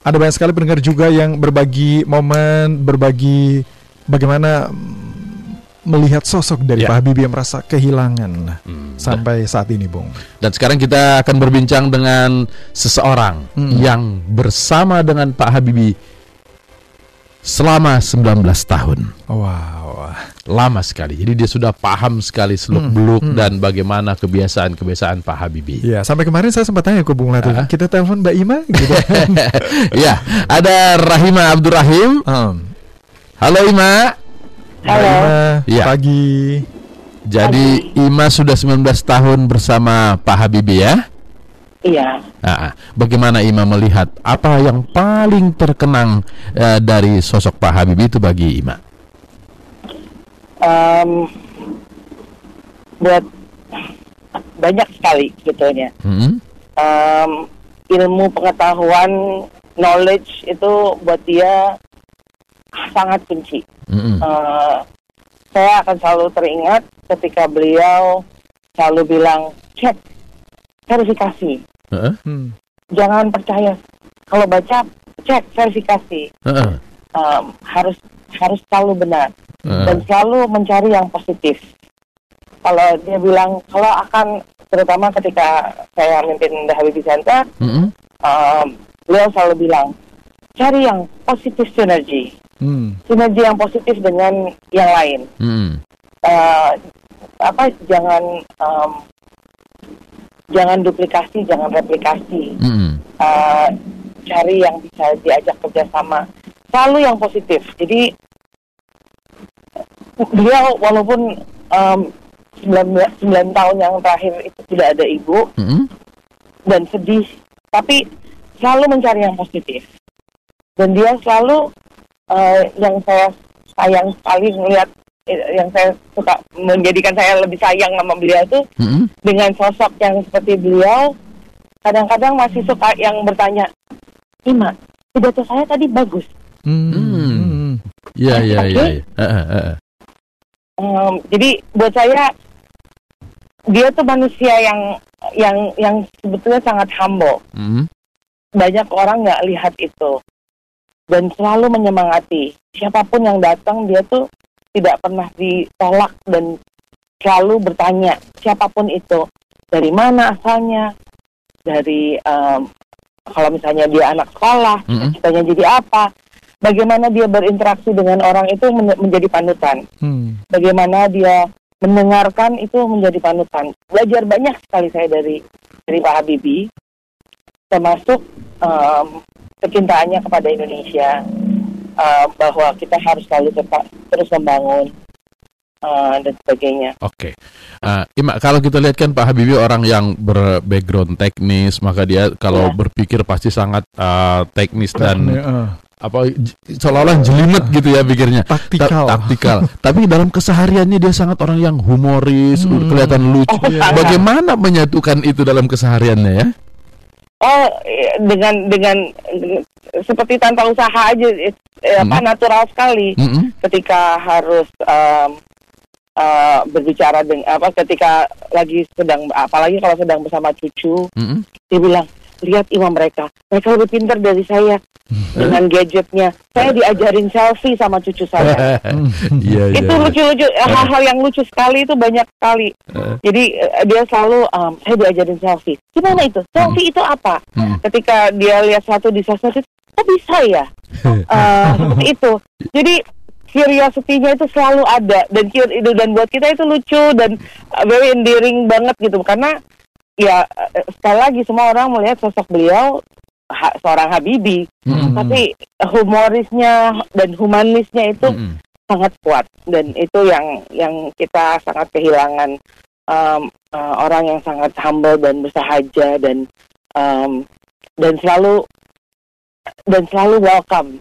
ada banyak sekali pendengar juga yang berbagi momen, berbagi bagaimana melihat sosok dari Pak Habibie yang merasa kehilangan sampai saat ini, Bung. Dan sekarang kita akan berbincang dengan seseorang yang bersama dengan Pak Habibie selama 19 tahun. Wow, lama sekali. Jadi dia sudah paham sekali seluk-beluk dan bagaimana kebiasaan-kebiasaan Pak Habibie. Ya, sampai kemarin saya sempat tanya ke Bung Latif, kita telepon Mbak Ima gitu. Ya, ada Rahima Abdurrahim. Halo Ima. Halo. Ya. Pagi. Jadi Ima sudah 19 tahun bersama Pak Habibie ya? Iya. Bagaimana Ima melihat apa yang paling terkenang dari sosok Pak Habibie itu bagi Ima? Buat banyak sekali sebetulnya. Ilmu pengetahuan, knowledge itu buat dia sangat kunci. Saya akan selalu teringat ketika beliau selalu bilang, cek, verifikasi. Jangan percaya. Kalau baca, cek, verifikasi. Harus selalu benar. Dan selalu mencari yang positif. Kalau dia bilang, kalau akan, terutama ketika saya mimpin The Habibie Center, beliau selalu bilang, cari yang positif sinergi. Sinergi yang positif dengan yang lain. Jangan duplikasi, jangan replikasi. Cari yang bisa diajak kerjasama. Selalu yang positif. Jadi beliau walaupun 9 tahun yang terakhir itu tidak ada ibu dan sedih, tapi selalu mencari yang positif. Dan dia selalu yang saya sayang sekali melihat, yang saya suka menjadikan saya lebih sayang sama beliau itu dengan sosok yang seperti beliau. Kadang-kadang masih suka yang bertanya, Ima, pidato saya tadi bagus. Iya. Jadi buat saya dia tuh manusia yang sebetulnya sangat humble. Banyak orang nggak lihat itu. Dan selalu menyemangati. Siapapun yang datang, dia tuh tidak pernah ditolak dan selalu bertanya, siapapun itu, dari mana asalnya, dari kalau misalnya dia anak sekolah, cita-citanya jadi apa, bagaimana dia berinteraksi dengan orang itu menjadi panutan. Bagaimana dia mendengarkan itu menjadi panutan. Belajar banyak sekali saya dari Pak Habibie, termasuk kecintaannya kepada Indonesia, bahwa kita harus selalu terus membangun dan sebagainya. Oke. Ima, kalau kita lihat kan Pak Habibie orang yang ber-background teknis, maka dia kalau berpikir pasti sangat teknis dan seolah-olah jelimet gitu ya pikirnya. Taktikal. Tapi dalam kesehariannya dia sangat orang yang humoris, kelihatan lucu. Bagaimana menyatukan itu dalam kesehariannya ya? Dengan seperti tanpa usaha aja, natural sekali. Ketika harus berbicara dengan ketika lagi apalagi kalau sedang bersama cucu, dia bilang, lihat Ima mereka lebih pintar dari saya dengan gadgetnya. Saya diajarin selfie sama cucu saya. Itu lucu-lucu, hal-hal yang lucu sekali itu banyak sekali. Jadi dia selalu saya diajarin selfie. Gimana itu? Selfie itu apa? Ketika dia lihat satu di sosmed, kok bisa ya? Seperti itu. Jadi curiosity-nya itu selalu ada, dan buat kita itu lucu dan very endearing banget gitu, karena ya sekali lagi semua orang melihat sosok beliau seorang Habibie, tapi humorisnya dan humanisnya itu sangat kuat, dan itu yang kita sangat kehilangan, orang yang sangat humble dan bersahaja dan selalu welcome.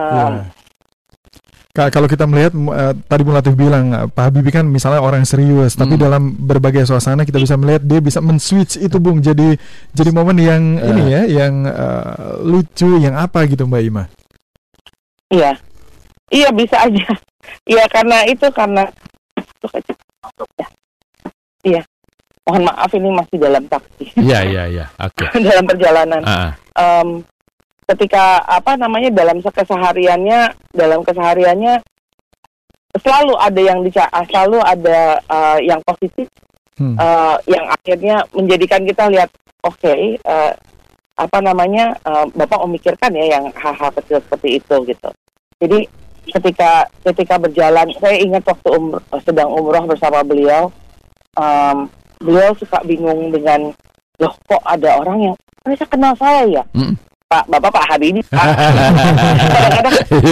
Kalau kita melihat tadi Bung Latif bilang Pak Habibie kan misalnya orang yang serius, tapi dalam berbagai suasana kita bisa melihat dia bisa men-switch itu, Bung, jadi momen yang ini ya, yang lucu, yang apa gitu, Mbak Ima. Iya bisa aja. Iya karena iya. Mohon maaf ini masih dalam taksi. Iya. Oke. Dalam perjalanan. ketika dalam kesehariannya selalu ada yang positif, yang akhirnya menjadikan kita lihat Bapak memikirkan ya yang hal-hal kecil seperti itu gitu. Jadi ketika berjalan, saya ingat waktu sedang umroh bersama beliau, beliau suka bingung dengan, loh kok ada orang yang mereka kenal saya ya, Bapak Habibie. Kadang-kadang,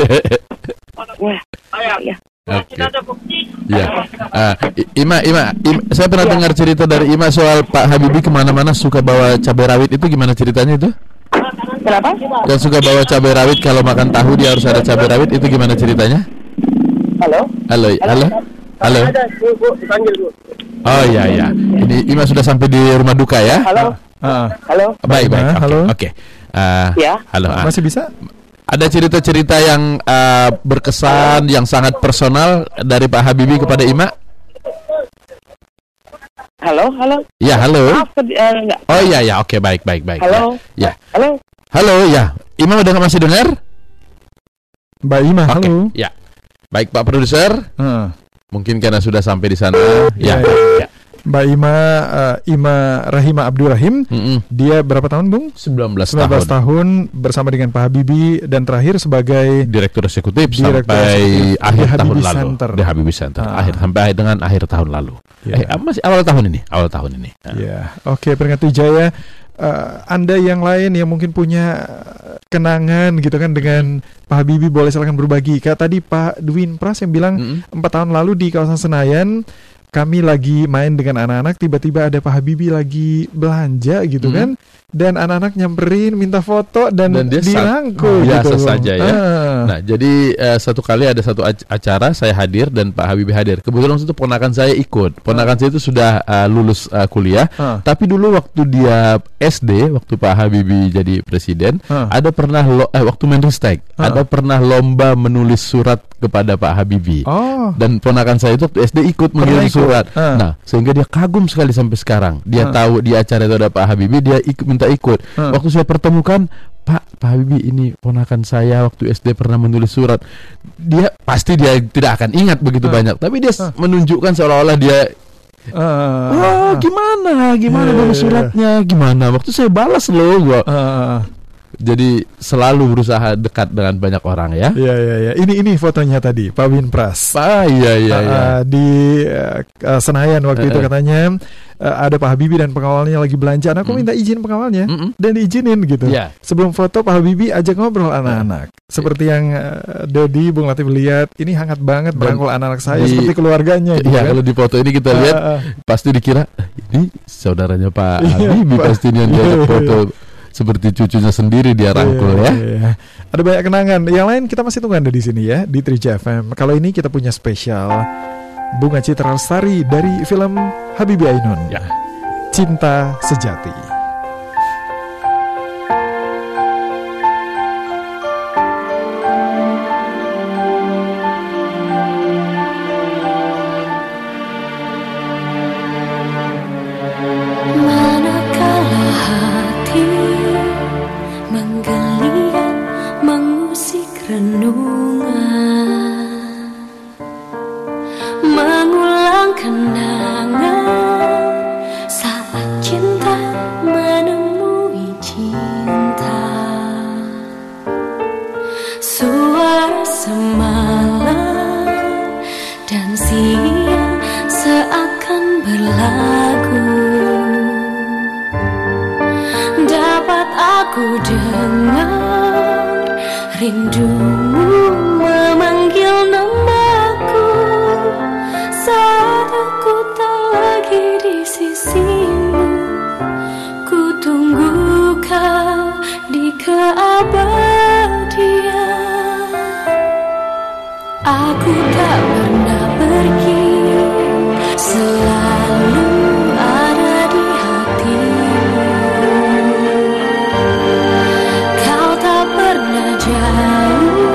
ya. Oke. Ya. Ima, saya pernah dengar cerita dari Ima soal Pak Habibie kemana-mana suka bawa cabai rawit, itu gimana ceritanya itu? Kenapa? Yang suka bawa cabai rawit, kalau makan tahu dia harus ada cabai rawit, itu gimana ceritanya? Halo. Ada, Bu, dipanggil, Bu. Oh iya. Ini Ima sudah sampai di rumah duka ya? Halo. Halo. Baik. Halo. Oke. Ya. Halo. Masih bisa? Ada cerita-cerita yang berkesan, yang sangat personal dari Pak Habibie kepada Ima? Halo. Ya, halo. Maaf, enggak. Oh iya, oke, baik. Halo. Ya. Halo. Ya. Ima masih dengar? Mbak Ima, Oke, halo. ya. Baik, Pak Produser. Mungkin karena sudah sampai di sana. Ya. Mbak Ima Rahima Abdurrahim, dia berapa tahun, Bung? 19 tahun bersama dengan Pak Habibie, dan terakhir sebagai Direktur Eksekutif sampai akhir tahun lalu Center. di Habibie Center. Sampai dengan akhir tahun lalu. Masih awal tahun ini. Ya, oke, peringkat Wijaya. Anda yang lain yang mungkin punya kenangan gitu kan dengan Pak Habibie, boleh silakan berbagi. Kayak tadi Pak Dwin Pras yang bilang 4 tahun lalu di kawasan Senayan, kami lagi main dengan anak-anak, tiba-tiba ada Pak Habibie lagi belanja gitu kan, dan anak-anak nyamperin minta foto dan dia dirangkul biasa gitu. saja ya. Nah, jadi satu kali ada satu acara saya hadir dan Pak Habibie hadir. Kebetulan waktu itu ponakan saya ikut. Ponakan saya itu sudah lulus kuliah, tapi dulu waktu dia SD, waktu Pak Habibie jadi presiden, ada pernah waktu Menristek, ada pernah lomba menulis surat kepada Pak Habibie. Dan ponakan saya itu waktu SD ikut mengirim surat. Nah, sehingga dia kagum sekali sampai sekarang. Dia tahu di acara itu ada Pak Habibie, dia minta ikut. Waktu saya pertemukan, Pak Habibie ini ponakan saya waktu SD pernah menulis surat. Dia tidak akan ingat begitu banyak, tapi dia menunjukkan seolah-olah dia gimana baru suratnya, gimana waktu saya balas loh gua. Jadi selalu berusaha dekat dengan banyak orang ya. Iya. Ini fotonya tadi Pak Win Pras. Iya. Di Senayan waktu itu katanya ada Pak Habibie dan pengawalnya lagi belanja. Aku minta izin pengawalnya dan diizinin gitu. Sebelum foto Pak Habibie ajak ngobrol anak-anak. Seperti yang Dodi, Bung Latif lihat, ini hangat banget merangkul anak-anak saya seperti keluarganya. Iya, kan? Kalau di foto ini kita lihat pasti dikira ini saudaranya Pak Habibie pasti yang diajak foto. Seperti cucunya sendiri dia rangkul ya. Ada banyak kenangan. Yang lain kita masih tunggu Anda di sini ya di Trija FM. Kalau ini kita punya spesial Bunga Citra Lestari dari film Habibie Ainun. Cinta Sejati. Kau tak pernah jauh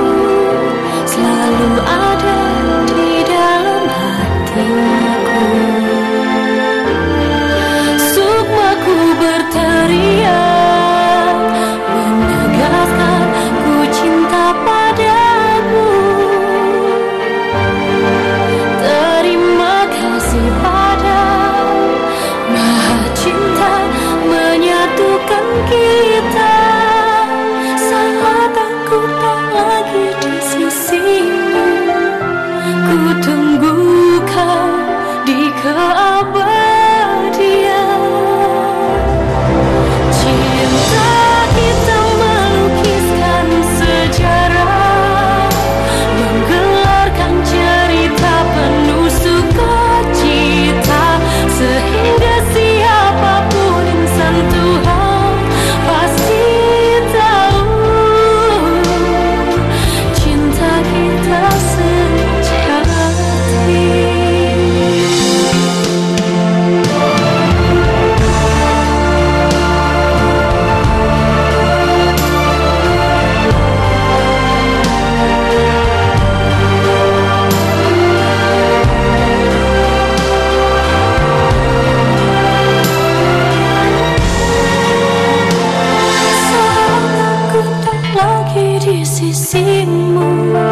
sisimu.